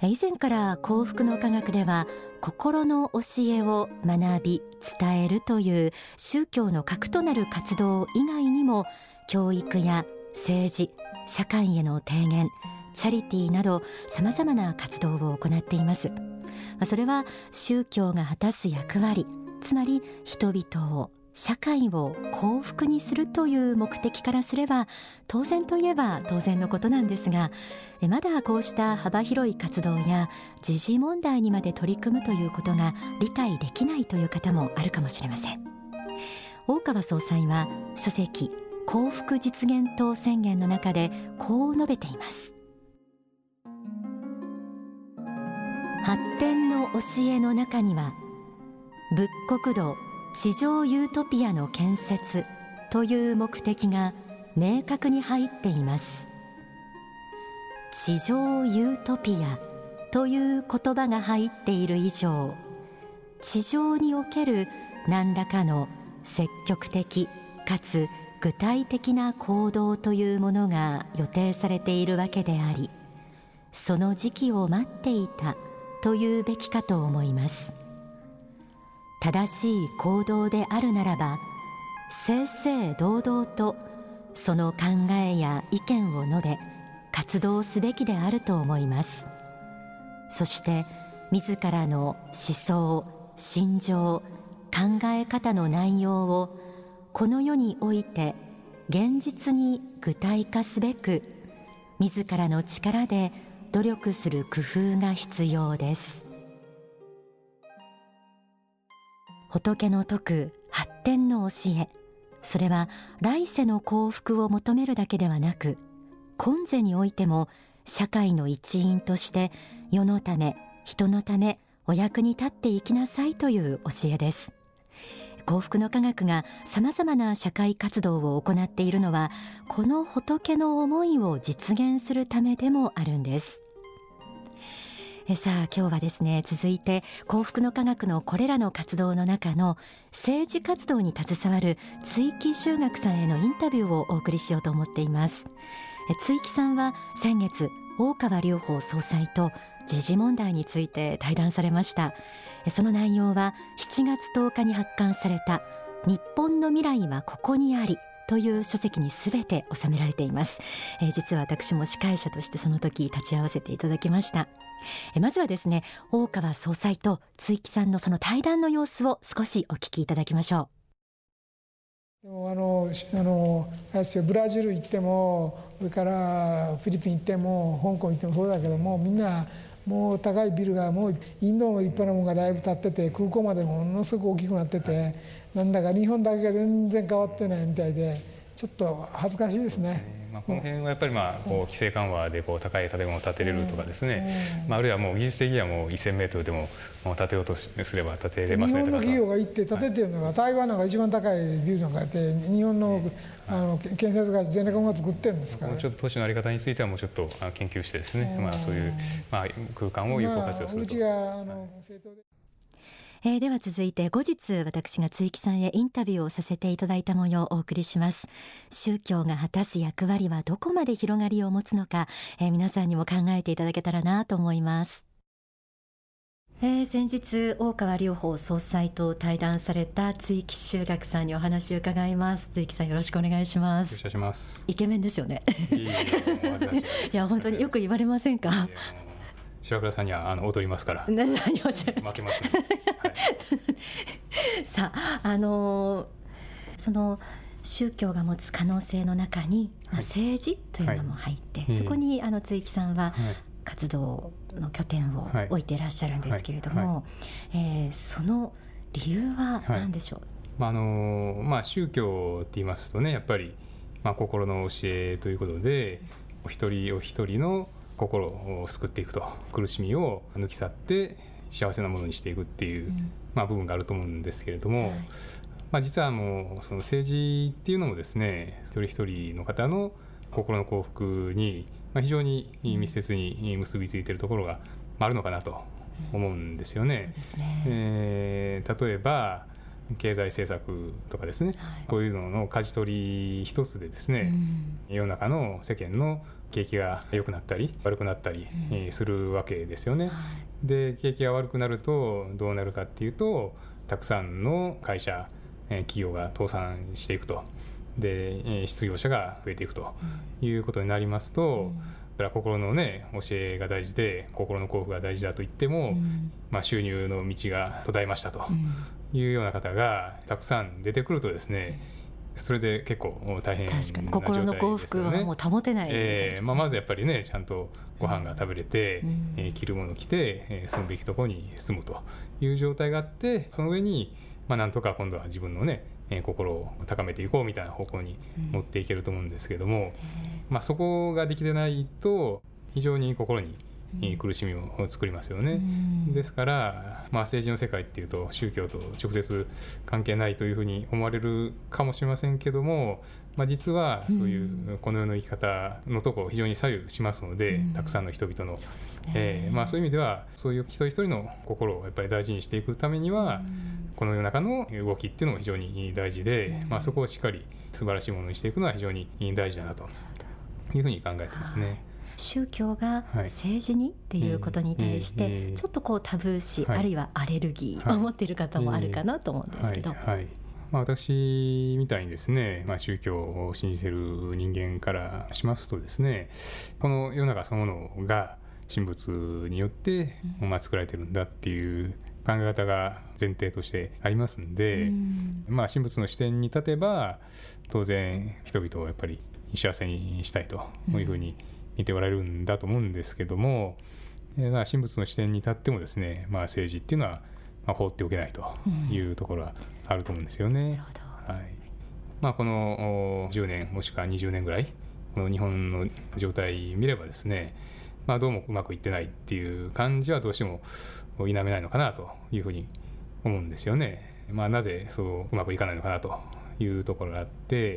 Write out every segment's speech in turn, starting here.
以前から幸福の科学では心の教えを学び伝えるという宗教の核となる活動以外にも、教育や政治、社会への提言、チャリティーなどさまざまな活動を行っています。それは宗教が果たす役割、つまり人々を、社会を幸福にするという目的からすれば当然といえば当然のことなんですが、まだこうした幅広い活動や時事問題にまで取り組むということが理解できないという方もあるかもしれません。大川総裁は書籍幸福実現党宣言の中でこう述べています。発展の教えの中には、仏国土地上ユートピアの建設という目的が明確に入っています。地上ユートピアという言葉が入っている以上、地上における何らかの積極的かつ具体的な行動というものが予定されているわけであり、その時期を待っていたというべきかと思います。正しい行動であるならば、正々堂々とその考えや意見を述べ活動すべきであると思います。そして自らの思想、心情、考え方の内容をこの世において現実に具体化すべく、自らの力で努力する工夫が必要です。仏の説く発展の教え、それは来世の幸福を求めるだけではなく、今世においても社会の一員として世のため人のためお役に立っていきなさいという教えです。幸福の科学がさまざまな社会活動を行っているのは、この仏の思いを実現するためでもあるんです。さあ今日はですね、続いて幸福の科学のこれらの活動の中の政治活動に携わる築木修学さんへのインタビューをお送りしようと思っています。築木さんは先月大川隆法総裁と時事問題について対談されました。その内容は7月10日に発刊された日本の未来はここにありという書籍にすべて収められています。実は私も司会者としてその時立ち会わせていただきました。まずはですね、大川総裁と築木さんのその対談の様子を少しお聞きいただきましょう。ブラジル行っても、それからフィリピン行っても香港行ってもそうだけども、みんなもう高いビルがもうインドの立派なものがだいぶ建ってて、空港までものすごく大きくなってて、なんだか日本だけが全然変わってないみたいで、ちょっと恥ずかしいですね。 この辺はやっぱりこう規制緩和でこう高い建物を建てれるとかですね、あるいはもう技術的にはもう1000メートルでも建てようとすれば建てれますね。 日本の企業が行って建ててるのが、台湾なんか一番高いビルなんかやって、日本の建設会社ゼネコンが作ってるんですから、 ちょっと都市の在り方についてはもうちょっと研究してですね、そういう空間を有効活用すると。 うちが政党ででは続いて後日私が築木さんへインタビューをさせていただいた模様をお送りします。宗教が果たす役割はどこまで広がりを持つのか、皆さんにも考えていただけたらなと思います。先日大川隆法総裁と対談された築木修学さんにお話を伺います。築木さん、よろしくお願いします。 よろしくお願いします。 イケメンですよね。いや本当によく言われませんか。 白倉さんには踊りますから。 何をおっしゃいますか。 負けますね。 さあ、その宗教が持つ可能性の中に、政治というのも入って、そこに築木さんは活動の拠点を置いていらっしゃるんですけれども、その理由は何でしょう。 宗教って言いますとね、やっぱり心の教えということで、お一人お一人の心を救っていくと、苦しみを抜き去って幸せなものにしていくっていう、部分があると思うんですけれども、実はもうその政治っていうのもですね、一人一人の方の心の幸福に非常に密接に結びついているところがあるのかなと思うんですよね。例えば経済政策とかですね、こういうのの舵取り一つでですね、世の中の世間の景気が良くなったり悪くなったりするわけですよね。で景気が悪くなるとどうなるかっていうと、たくさんの会社企業が倒産していくと、で失業者が増えていくということになりますと、心のね教えが大事で心の幸福が大事だと言っても、収入の道が途絶えましたというような方がたくさん出てくるとですね、それで結構大変な状態ですよね。 心の幸福はもう保てない、 まずやっぱりねちゃんとご飯が食べれて、着るもの着て、住むべきところに住むという状態があって、その上に、なんとか今度は自分のね心を高めていこうみたいな方向に持っていけると思うんですけども、そこができてないと非常に心に苦しみを作りますよね。ですから、政治の世界っていうと宗教と直接関係ないというふうに思われるかもしれませんけども、実はそういうこの世の生き方のところを非常に左右しますので、たくさんの人々のそういう意味ではそういう一人一人の心をやっぱり大事にしていくためには、この世の中の動きっていうのも非常に大事で、そこをしっかり素晴らしいものにしていくのは非常に大事だなというふうに考えてますね。 宗教が政治にっていうことに対してちょっとタブー視、あるいはアレルギーを持っている方もあるかなと思うんですけど、 私みたいにですね、宗教を信じている人間からしますとですね、この世の中そのものが神仏によって作られてるんだっていう考え方が前提としてありますんで、神仏の視点に立てば当然人々をやっぱり幸せにしたいというふうに見ておられるんだと思うんですけども、神仏の視点に立ってもですね、政治っていうのは放っておけないというところはあると思うんですよね。この10年もしくは20年ぐらいこの日本の状態見ればですね、どうもうまくいってないっていう感じはどうしても否めないのかなというふうに思うんですよね。なぜそううまくいかないのかなというところがあって、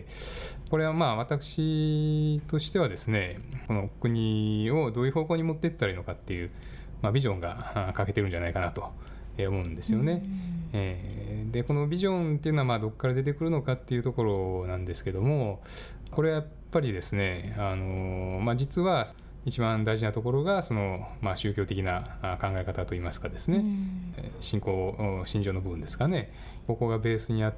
これは私としてはですね、この国をどういう方向に持っていったらいいのかっていう、ビジョンが欠けてるんじゃないかなと思うんですよね。でこのビジョンっていうのはどこから出てくるのかっていうところなんですけども、これはやっぱりですね、実は一番大事なところがその、宗教的な考え方といいますかですね、信条の部分ですかね、ここがベースにあって、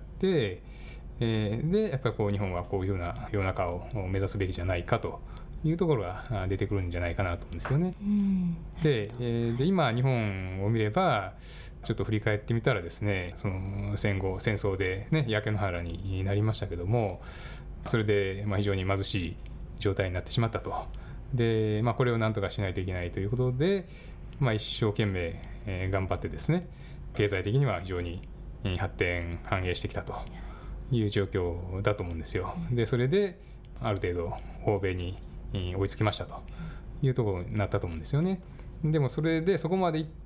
でやっぱり日本はこういうふうな世の中を目指すべきじゃないかというところが出てくるんじゃないかなと思うんですよね。で今日本を見ればちょっと振り返ってみたらですね、その戦後戦争で、焼け野原になりましたけども、それで非常に貧しい状態になってしまったと。で、これを何とかしないといけないということで、一生懸命、頑張ってですね、経済的には非常に発展繁栄してきたという状況だと思うんですよ。でそれである程度欧米に追いつきましたというところになったと思うんですよね。でもそれでそこまで行って、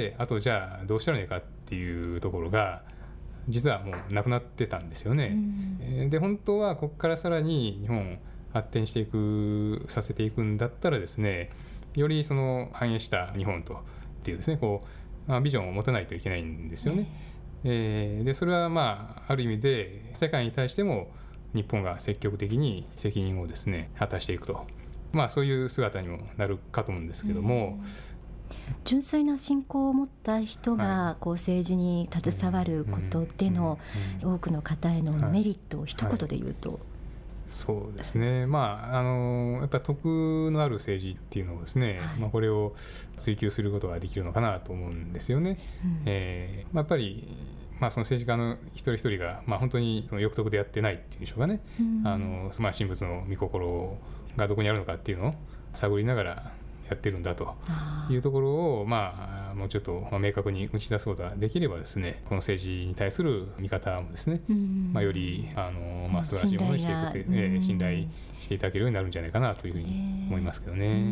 あとじゃあどうしたらいいかっていうところが実はもうなくなってたんですよね。で本当はここからさらに日本を発展していくさせていくんだったらですね、よりその繁栄した日本とっていうですね、ビジョンを持たないといけないんですよね。でそれはある意味で世界に対しても日本が積極的に責任をですね果たしていくと、そういう姿にもなるかと思うんですけども、 純粋な信仰を持った人が政治に携わることでの多くの方へのメリットを一言で言うと、 そうですね、やっぱり徳のある政治っていうのをですね、これを追求することができるのかなと思うんですよね。やっぱりその政治家の一人一人が、本当にその欲得でやってないっていうんでしょうかね、神仏の御心がどこにあるのかっていうのを探りながらやってるんだというところを、もうちょっと明確に打ち出すことができればですね、この政治に対する見方もですね、より素晴らしいものにしていくという、信頼していただけるようになるんじゃないかなというふうに思いますけどね。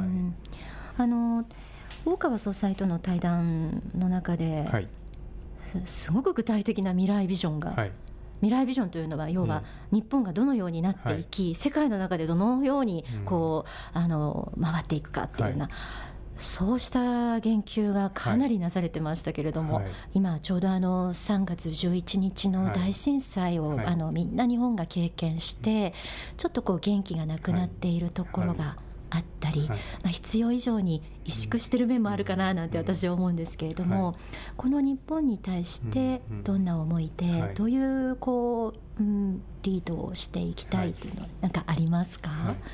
大川総裁との対談の中で、すごく具体的な未来ビジョンが、未来ビジョンというのは要は日本がどのようになっていき、世界の中でどのように回っていくかっていうような、そうした言及がかなりなされてましたけれども、今ちょうど3月11日の大震災を、みんな日本が経験してちょっと元気がなくなっているところがったり、必要以上に萎縮してる面もあるかななんて私は思うんですけれども、この日本に対してどんな思いで、どういうリードをしていきたいというのは何かありますか？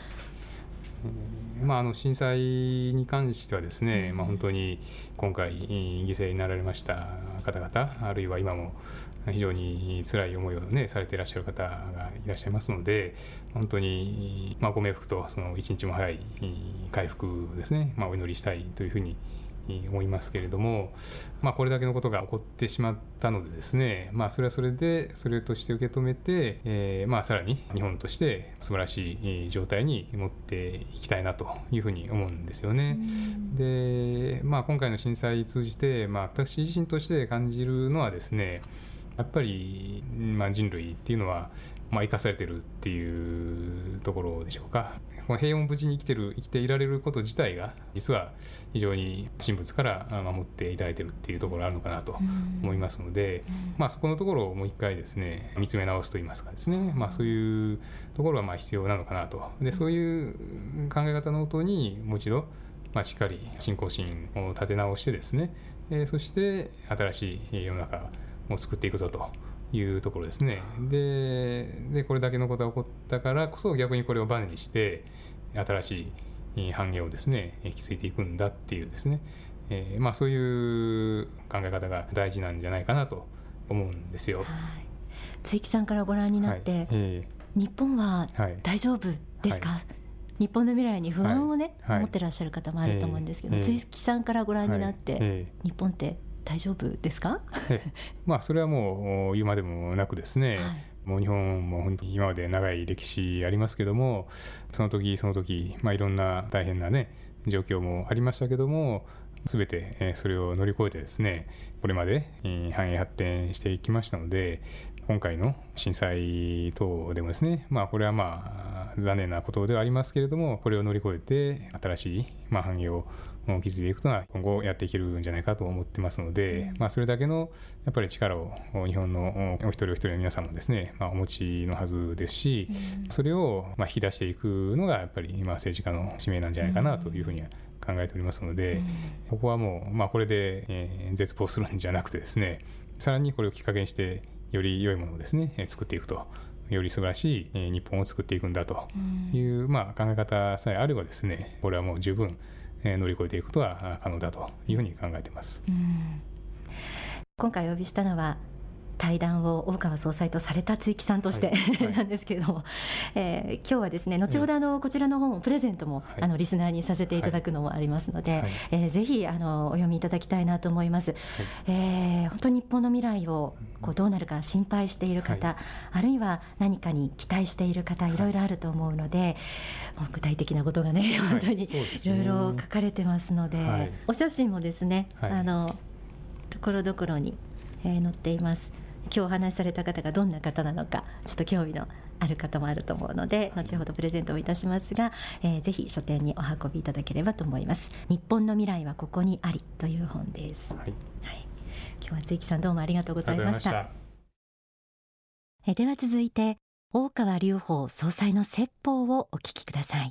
震災に関してはですね、本当に今回犠牲になられました方々、あるいは今も非常に辛い思いを、されていらっしゃる方がいらっしゃいますので、本当に、ご冥福とその一日も早い回復ですね、お祈りしたいというふうに思いますけれども、これだけのことが起こってしまったのでですね、それはそれでそれとして受け止めて、さらに日本として素晴らしい状態に持っていきたいなというふうに思うんですよね。で、今回の震災通じて、私自身として感じるのはですね、やっぱり、人類っていうのは生かされてるっていうところでしょうか。この平穏無事に生きていられること自体が実は非常に神仏から守っていただいているっていうところがあるのかなと思いますので、そこのところをもう一回ですね見つめ直すといいますかですね、そういうところは必要なのかなと。で、そういう考え方のもとにもう一度しっかり信仰心を立て直してですね、そして新しい世の中を作っていくぞというところですね。でこれだけのことが起こったからこそ逆にこれをバネにして新しい繁栄をですね築いていくんだっていうですね、そういう考え方が大事なんじゃないかなと思うんですよ。 露木さんからご覧になって、日本は大丈夫ですか？日本の未来に不安を持ってらっしゃる方もあると思うんですけど、露木さんからご覧になって、日本って大丈夫ですか？ それはもう言うまでもなくですね、もう日本も本当に今まで長い歴史ありますけども、その時その時、いろんな大変な状況もありましたけども、全てそれを乗り越えてですね、これまで繁栄発展していきましたので、今回の震災等でもですね、これは残念なことではありますけれども、これを乗り越えて新しい繁栄を築いていくというのは今後やっていけるんじゃないかと思ってますので、それだけのやっぱり力を日本のお一人お一人の皆さんもですね、お持ちのはずですし、それを引き出していくのがやっぱり政治家の使命なんじゃないかなというふうには考えておりますので、ここはもうこれで絶望するんじゃなくてですね、さらにこれをきっかけにしてより良いものをですね作っていくと、より素晴らしい日本を作っていくんだという考え方さえあればですね、これはもう十分乗り越えていくことは可能だというふうに考えています。 今回お呼びしたのは対談を大川総裁とされた露木さんとして、なんですけれども、今日はですね後ほどこちらの本をプレゼントも、リスナーにさせていただくのもありますので、ぜひお読みいただきたいなと思います。本当に日本の未来をどうなるか心配している方、あるいは何かに期待している方、いろいろあると思うので、具体的なことがね本当にいろいろ書かれてますので、お写真もですね、ところどころに、載っています。今日お話しされた方がどんな方なのかちょっと興味のある方もあると思うので、後ほどプレゼントをいたしますが、ぜひ書店にお運びいただければと思います。日本の未来はここにありという本です。今日は露木さんどうもありがとうございました。では続いて大川隆法総裁の説法をお聞きください。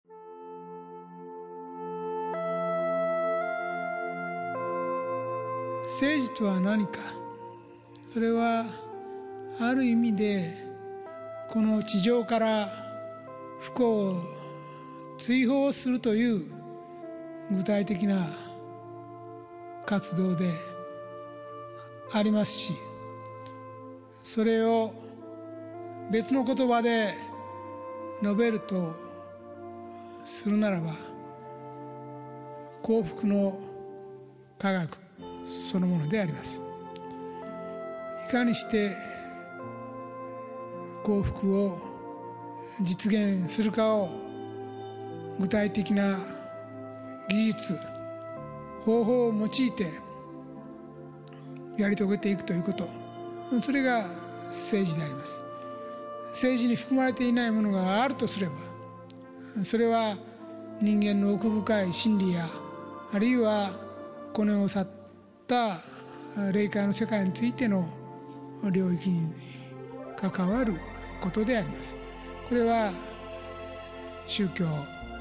政治とは何か。それはある意味でこの地上から不幸を追放するという具体的な活動でありますし、それを別の言葉で述べるとするならば幸福の科学そのものであります。いかにして幸福を実現するかを具体的な技術方法を用いてやり遂げていくということ、それが政治であります。政治に含まれていないものがあるとすれば、それは人間の奥深い心理やあるいはこの世を去った霊界の世界についての領域に関わることであります。これは宗教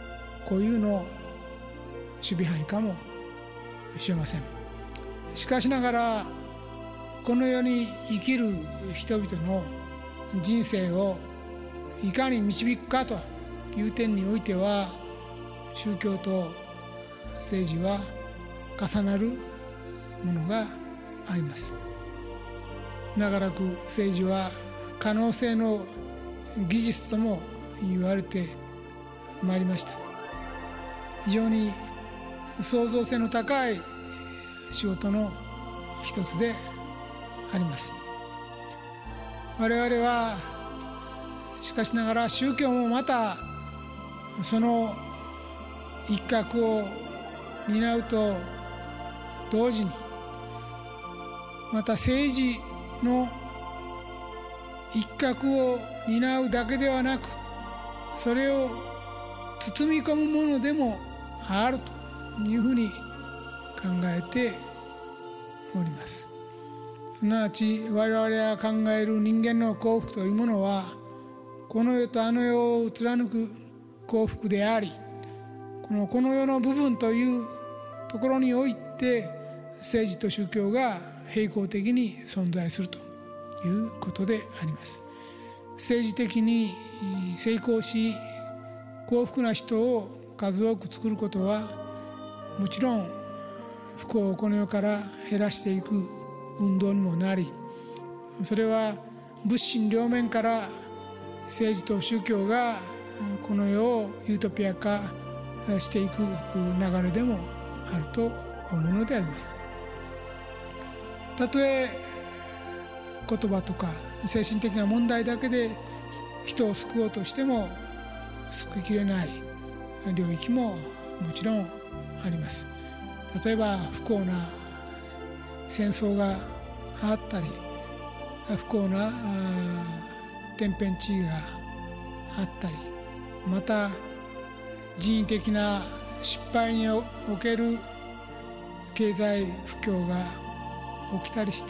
こういうの守備範囲かもしれません。しかしながらこの世に生きる人々の人生をいかに導くかという点においては、宗教と政治は重なるものがあります。長らく政治は可能性の技術とも言われてまいりました。非常に創造性の高い仕事の一つであります。我々はしかしながら宗教もまたその一角を担うと同時に、また政治の一角を担うだけではなく、それを包み込むものでもあるというふうに考えております。すなわち我々が考える人間の幸福というものは、この世とあの世を貫く幸福であり、この世の部分というところにおいて政治と宗教が並行的に存在するということであります。政治的に成功し幸福な人を数多く作ることはもちろん不幸をこの世から減らしていく運動にもなり、それは物心両面から政治と宗教がこの世をユートピア化していく流れでもあると思うのであります。たとえ言葉とか精神的な問題だけで人を救おうとしても救いきれない領域ももちろんあります。例えば不幸な戦争があったり、不幸な天変地異があったり、また人為的な失敗における経済不況が起きたりして、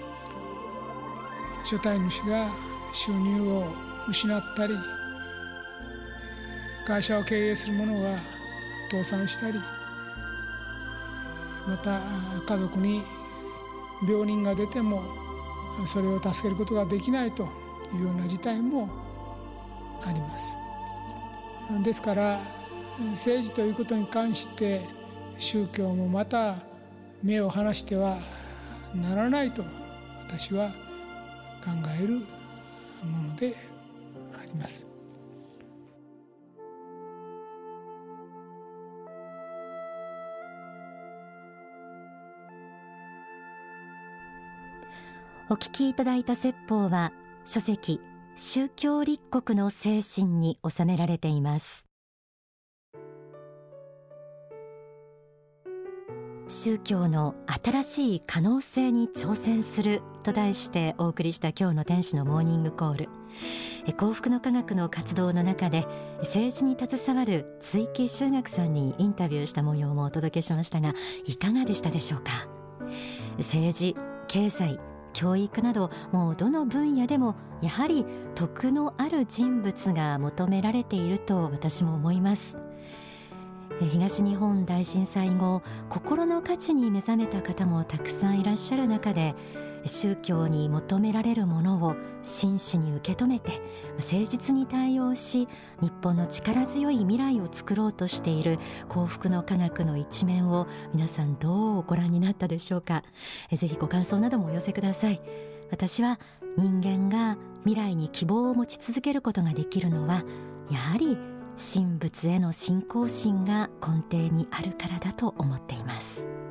所帯主が収入を失ったり、会社を経営する者が倒産したり、また家族に病人が出てもそれを助けることができないというような事態もあります。ですから政治ということに関して宗教もまた目を離してはならないと私は考えるものであります。 お聞きいただいた説法は書籍宗教立国の精神に収められています。宗教の新しい可能性に挑戦すると題してお送りした今日の天使のモーニングコール。幸福の科学の活動の中で政治に携わる築木修学さんにインタビューした模様もお届けしましたが、いかがでしたでしょうか。政治、経済、教育などもうどの分野でもやはり徳のある人物が求められていると私も思います。東日本大震災後、心の価値に目覚めた方もたくさんいらっしゃる中で、宗教に求められるものを真摯に受け止めて誠実に対応し、日本の力強い未来を作ろうとしている幸福の科学の一面を皆さんどうご覧になったでしょうか。ぜひご感想などもお寄せください。私は人間が未来に希望を持ち続けることができるのは、やはり神仏への信仰心が根底にあるからだと思っています。